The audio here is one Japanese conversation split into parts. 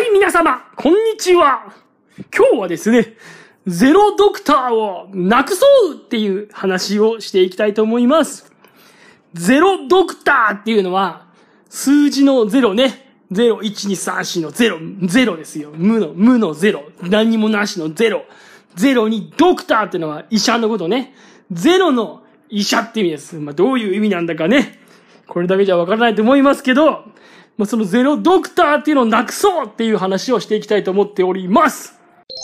い、皆様、こんにちは。今日はですね、ゼロドクターをなくそうっていう話をしていきたいと思います。ゼロドクターっていうのは、数字のゼロね。0、1、2、3、4のゼロ、ゼロですよ。無のゼロ。何もなしのゼロ。ゼロにドクターっていうのは医者のことね。ゼロの医者って意味です。どういう意味なんだかね。これだけじゃわからないと思いますけど、そのゼロドクターっていうのをなくそうっていう話をしていきたいと思っております。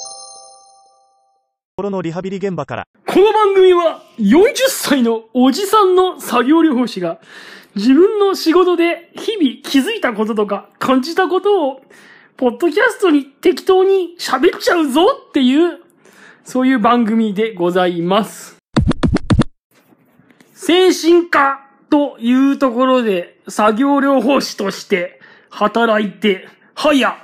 心のリハビリ現場から。 この番組は40歳のおじさんの作業療法士が自分の仕事で日々気づいたこととか感じたことをポッドキャストに適当に喋っちゃうぞっていうそういう番組でございます。精神科というところで作業療法士として働いて早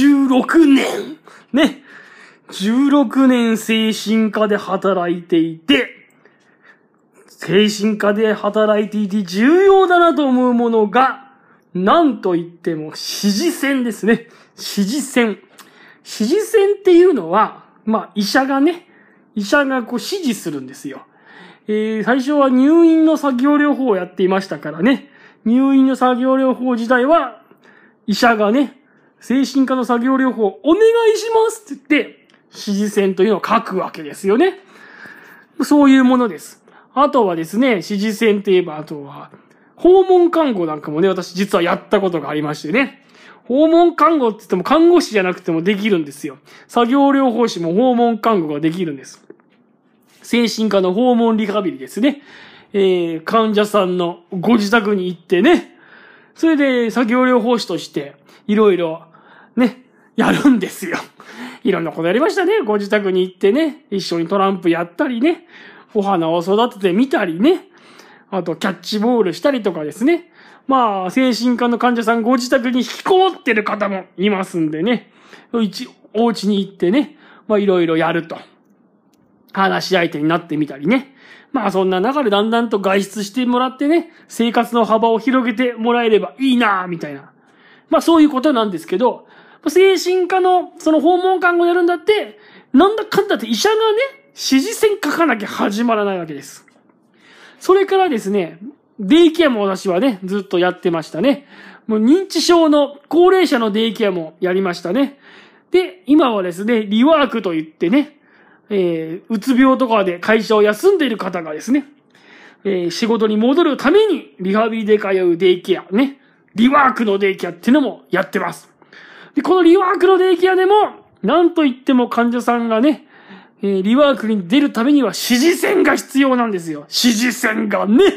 16年ね。16年精神科で働いていて、精神科で働いていて重要だなと思うものが、なんと言っても指示線ですね。指示線。指示線っていうのは、医者が指示するんですよ。最初は入院の作業療法をやっていましたからね。入院の作業療法時代は、医者が精神科の作業療法をお願いしますって言って、指示線というのを書くわけですよね。そういうものです。あとはですね、指示線といえば、あとは、訪問看護なんかも私実はやったことがありましてね。訪問看護って言っても看護師じゃなくてもできるんですよ。作業療法士も訪問看護ができるんです。精神科の訪問リハビリですね。患者さんのご自宅に行ってね。それで作業療法士として、いろいろやるんですよ。いろんなことやりましたね。ご自宅に行ってね、一緒にトランプやったりね、お花を育ててみたりね、あとキャッチボールしたりとかですね。精神科の患者さんご自宅に引きこもってる方もいますんでね、お家に行ってね、いろいろやると。話し相手になってみたりね。そんな中でだんだんと外出してもらってね、生活の幅を広げてもらえればいいなぁ、みたいな。そういうことなんですけど、精神科のその訪問看護やるんだって、なんだかんだって医者が指示線書かなきゃ始まらないわけです。それからですね、デイケアも私はずっとやってましたね。もう認知症の高齢者のデイケアもやりましたね。で、今はですね、リワークといってね、うつ病とかで会社を休んでいる方がですね、仕事に戻るためにリハビリで通うデイケアね、リワークのデイケアっていうのもやってます。で、このリワークのデイケアでも、なんと言っても患者さんがリワークに出るためには指示線が必要なんですよ。指示線がね。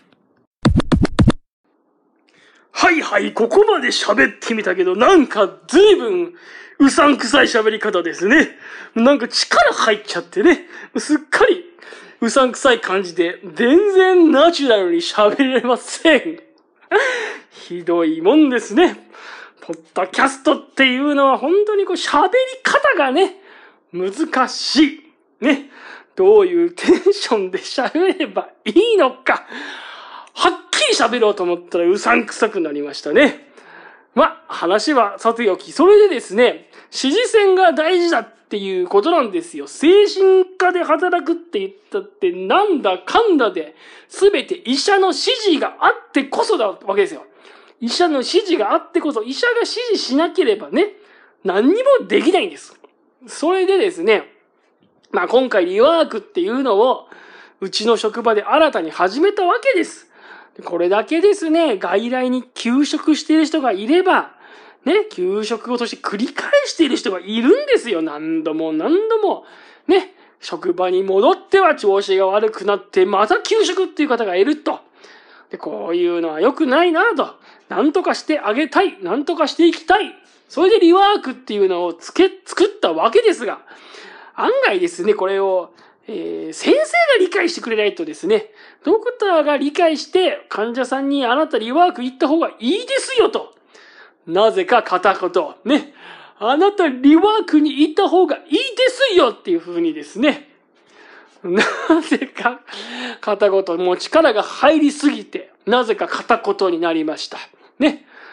はい、ここまで喋ってみたけど、なんか随分うさんくさい喋り方ですね。なんか力入っちゃってね。すっかりうさんくさい感じで、全然ナチュラルに喋れません。ひどいもんですね。ポッドキャストっていうのは本当に喋り方が難しい。どういうテンションで喋ればいいのか。はっきり喋ろうと思ったらうさんくさくなりましたね。話はさておき、それでですね、指示線が大事だっていうことなんですよ。精神科で働くって言ったってなんだかんだで、すべて医者の指示があってこそだわけですよ。医者の指示があってこそ、医者が指示しなければ何にもできないんです。それでですね、今回リワークっていうのを、うちの職場で新たに始めたわけです。これだけですね、外来に休職している人がいれば、休職をとして繰り返している人がいるんですよ。何度も。職場に戻っては調子が悪くなって、また休職っていう方がいると。で、こういうのは良くないなと。なんとかしてあげたい。なんとかしていきたい。それでリワークっていうのを作ったわけですが、案外ですね、これを、先生が理解してくれないとですね、ドクターが理解して患者さんにあなたリワーク行った方がいいですよと。なぜか片言。あなたリワークに行った方がいいですよっていう風にですね、なぜか片言、もう力が入りすぎて、なぜか片言になりました。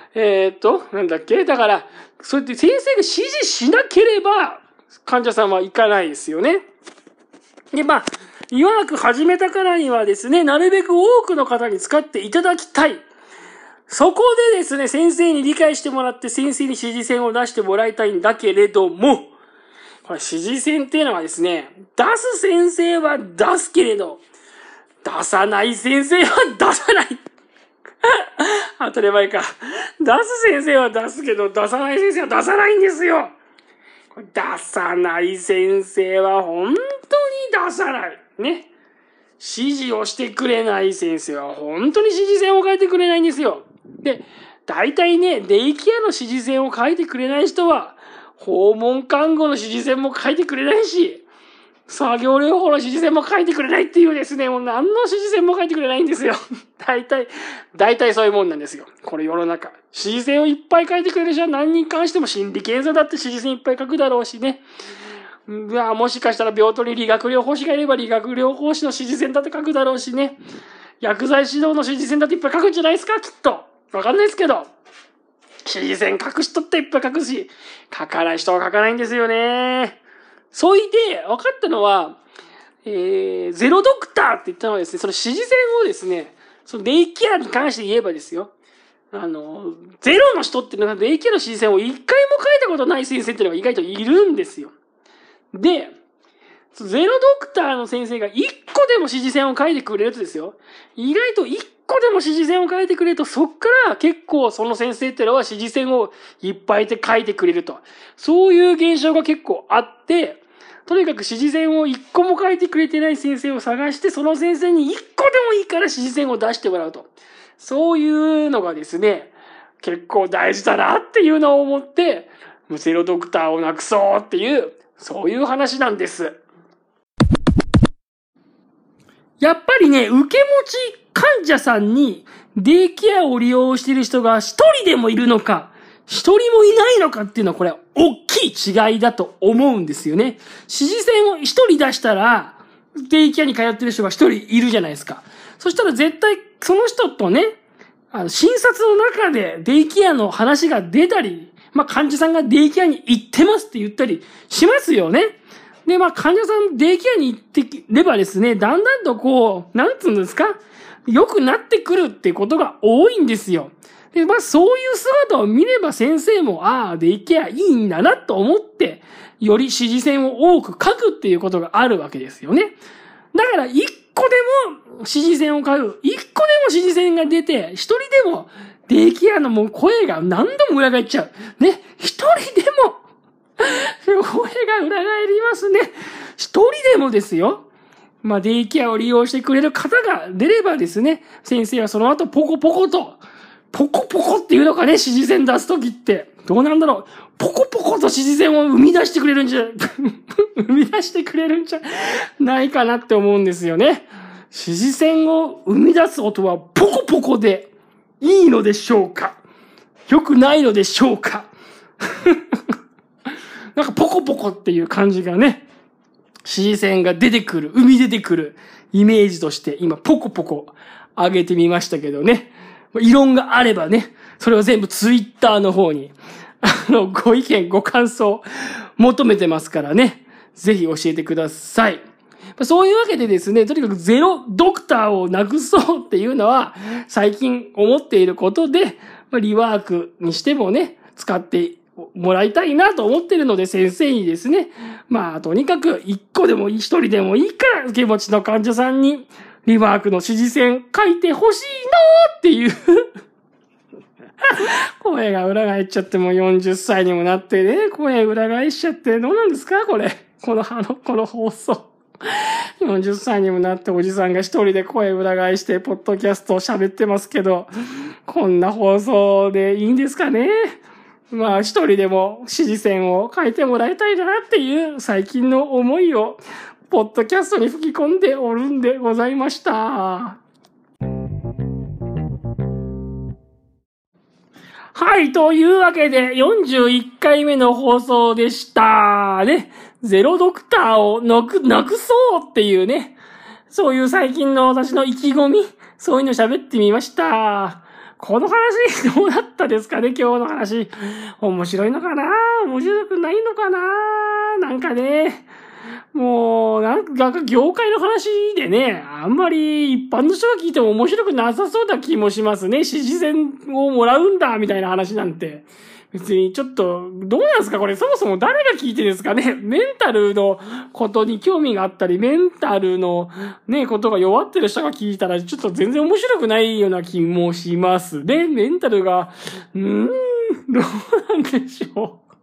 なんだっけ？だから、そうやって先生が指示しなければ、患者さんは行かないですよね。で、リワーク始めたからにはですね、なるべく多くの方に使っていただきたい。そこでですね、先生に理解してもらって先生に指示線を出してもらいたいんだけれども、これ指示線っていうのはですね、出す先生は出すけれど、出さない先生は出さない。当たり前か。出す先生は出すけど、出さない先生は出さないんですよ。これ出さない先生は本当に出さない。ね。指示をしてくれない先生は本当に指示線を書いてくれないんですよ。で、大体ね、デイケアの指示線を書いてくれない人は、訪問看護の指示線も書いてくれないし、作業療法の指示線も書いてくれないっていうですね、もう何の指示線も書いてくれないんですよ。大体そういうもんなんですよ。これ世の中。指示線をいっぱい書いてくれる人は何に関しても心理検査だって指示線いっぱい書くだろうしね。もしかしたら病棟に理学療法士がいれば理学療法士の指示線だって書くだろうしね。薬剤指導の指示線だっていっぱい書くんじゃないですか、きっと。わかんないですけど。指示線書く人っていっぱい書くし、書かない人は書かないんですよね。そいで、分かったのは、ゼロドクターって言ったのはですね、その指示線をですね、そのデイケアに関して言えばですよ、ゼロの人っていうのはデイケアの指示線を一回も書いたことない先生っていうのが意外といるんですよ。で、ゼロドクターの先生が一個でも指示線を書いてくれるとですよ、意外と一個でも指示線を書いてくれると、そっから結構その先生っていうのは指示線をいっぱいで書いてくれると。そういう現象が結構あって、とにかく指示線を一個も書いてくれてない先生を探して、その先生に一個でもいいから指示線を出してもらうと。そういうのがですね、結構大事だなっていうのを思って、ゼロドクターをなくそうっていう、そういう話なんです。やっぱりね、受け持ち患者さんにデイケアを利用している人が一人でもいるのか、一人もいないのかっていうのはこれは大きい違いだと思うんですよね。指示線を一人出したら、デイケアに通ってる人が一人いるじゃないですか。そしたら絶対その人とね、診察の中でデイケアの話が出たり、患者さんがデイケアに行ってますって言ったりしますよね。で、患者さんデイケアに行ってればですね、だんだんとなんつうんですか、良くなってくるってことが多いんですよ。で、そういう姿を見れば先生も、デイケアいいんだなと思って、より指示線を多く書くっていうことがあるわけですよね。だから、一個でも指示線を書く、一個でも指示線が出て、一人でもデイケアのもう声が何度も裏返っちゃう。ね、一人でも声が裏返りますね。一人でもですよ。デイケアを利用してくれる方が出ればですね、先生はその後ポコポコっていうのかね、指示線出すときって。どうなんだろう。ポコポコと指示線を生み出してくれるんじゃないかなって思うんですよね。指示線を生み出す音はポコポコでいいのでしょうか？良くないのでしょうか？なんかポコポコっていう感じがね、指示線が生み出てくるイメージとして今ポコポコ上げてみましたけどね。異論があればね、それを全部ツイッターの方に、ご意見、ご感想求めてますからね。ぜひ教えてください。そういうわけでですね、とにかくゼロドクターをなくそうっていうのは最近思っていることで、リワークにしてもね、使ってもらいたいなと思ってるので先生にですね、とにかく一個でもいい、一人でもいいから受け持ちの患者さんにリワークの指示線書いてほしいなっていう声が裏返っちゃってもう40歳にもなってね、声裏返しちゃってどうなんですかこれ。この放送。40歳にもなっておじさんが一人で声裏返してポッドキャストを喋ってますけど、こんな放送でいいんですかね。一人でも指示線を書いてもらいたいなっていう最近の思いをポッドキャストに吹き込んでおるんでございました。はい、というわけで41回目の放送でしたね。ゼロドクターをなくそうっていうね、そういう最近の私の意気込み、そういうの喋ってみました。 この話どうだったですかね、今日の話。面白いのかな、面白くないのかな、なんかね、もう、なんか業界の話でね、あんまり一般の人が聞いても面白くなさそうな気もしますね。支持線をもらうんだ、みたいな話なんて。別にちょっと、どうなんですかこれ、そもそも誰が聞いてるんですかね。メンタルのことに興味があったり、メンタルのね、ことが弱ってる人が聞いたら、ちょっと全然面白くないような気もしますね。メンタルが、どうなんでしょう。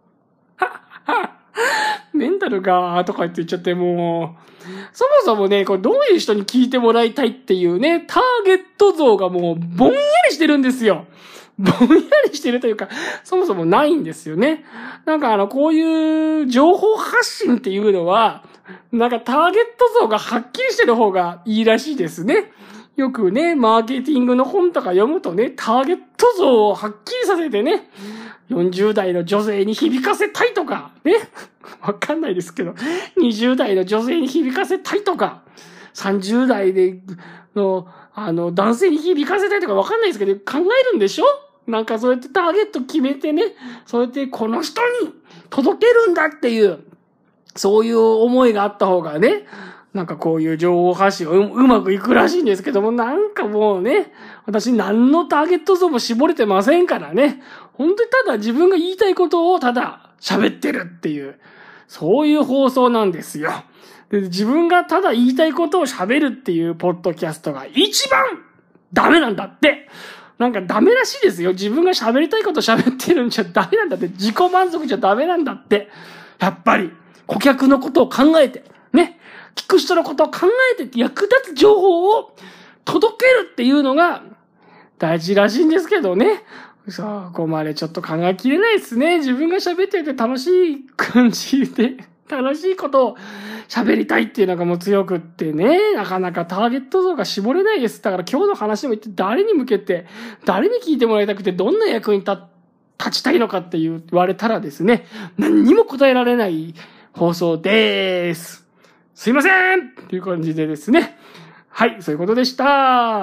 メンタルが、とか言って言っちゃってもう、そもそもね、これどういう人に聞いてもらいたいっていうね、ターゲット像がもうぼんやりしてるんですよ。ぼんやりしてるというか、そもそもないんですよね。なんかこういう情報発信っていうのは、なんかターゲット像がはっきりしてる方がいいらしいですね。よくね、マーケティングの本とか読むとね、ターゲット像をはっきりさせてね、40代の女性に響かせたいとか、ね。わかんないですけど、20代の女性に響かせたいとか、30代の、男性に響かせたいとかわかんないですけど、考えるんでしょ？なんかそうやってターゲット決めてね、そうやってこの人に届けるんだっていう、そういう思いがあった方がね、なんかこういう情報発信うまくいくらしいんですけども、なんかもうね、私何のターゲット像も絞れてませんからね、本当にただ自分が言いたいことをただ喋ってるっていう、そういう放送なんですよ。で、自分がただ言いたいことを喋るっていうポッドキャストが一番ダメなんだって。なんかダメらしいですよ。自分が喋りたいこと喋ってるんじゃダメなんだって。自己満足じゃダメなんだって。やっぱり、顧客のことを考えて、ね。聞く人のことを考えて役立つ情報を届けるっていうのが大事らしいんですけどね。そこまでちょっと考えきれないですね。自分が喋ってて楽しい感じで、楽しいことを喋りたいっていうのがもう強くってね、なかなかターゲット像が絞れないです。だから今日の話でも言って誰に向けて、誰に聞いてもらいたくてどんな役に立ちたいのかって言われたらですね、何にも答えられない放送です。すいませんという感じでですね。はい、そういうことでした。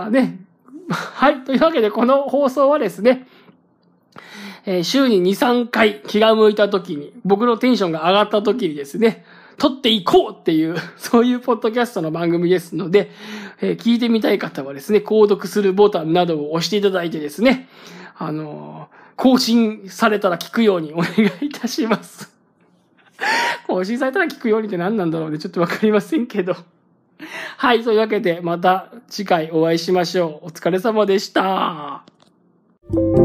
ね。はい、というわけでこの放送はですね、週に2、3回気が向いた時に、僕のテンションが上がった時にですね、撮っていこうっていう、そういうポッドキャストの番組ですので、聞いてみたい方はですね、購読するボタンなどを押していただいてですね、更新されたら聞くようにお願いいたします。更新されたら聞くようにって何なんだろうね、ちょっとわかりませんけど。はい、そういうわけでまた次回お会いしましょう。お疲れ様でした。